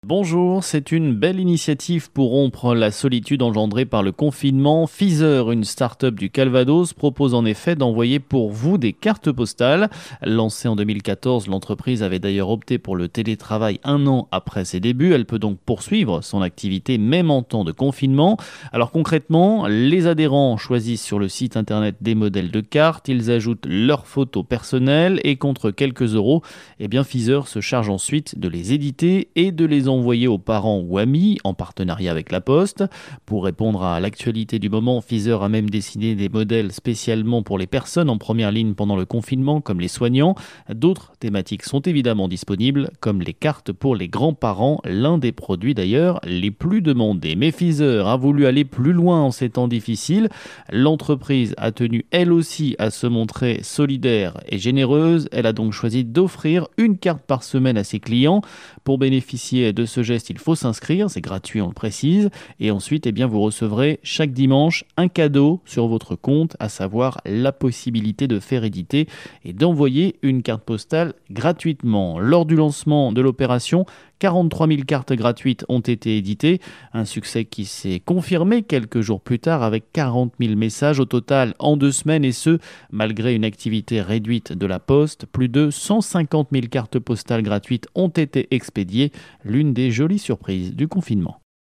Bonjour, c'est une belle initiative pour rompre la solitude engendrée par le confinement. Feezer, une start-up du Calvados, propose en effet d'envoyer pour vous des cartes postales. Lancée en 2014, l'entreprise avait d'ailleurs opté pour le télétravail un an après ses débuts. Elle peut donc poursuivre son activité même en temps de confinement. Alors concrètement, les adhérents choisissent sur le site internet des modèles de cartes, ils ajoutent leurs photos personnelles et contre quelques euros, Feezer se charge ensuite de les éditer et de les envoyer aux parents ou amis en partenariat avec la Poste. Pour répondre à l'actualité du moment, Feezer a même dessiné des modèles spécialement pour les personnes en première ligne pendant le confinement, comme les soignants. D'autres thématiques sont évidemment disponibles, comme les cartes pour les grands-parents, l'un des produits d'ailleurs les plus demandés. Mais Feezer a voulu aller plus loin en ces temps difficiles. L'entreprise a tenu elle aussi à se montrer solidaire et généreuse. Elle a donc choisi d'offrir une carte par semaine à ses clients. Pour bénéficier de ce geste, il faut s'inscrire, c'est gratuit, on le précise. Et ensuite, vous recevrez chaque dimanche un cadeau sur votre compte, à savoir la possibilité de faire éditer et d'envoyer une carte postale gratuitement. Lors du lancement de l'opération, 43 000 cartes gratuites ont été éditées, un succès qui s'est confirmé quelques jours plus tard avec 40 000 messages au total en 2 semaines, et ce, malgré une activité réduite de la Poste. Plus de 150 000 cartes postales gratuites ont été expédiées, l'une des jolies surprises du confinement.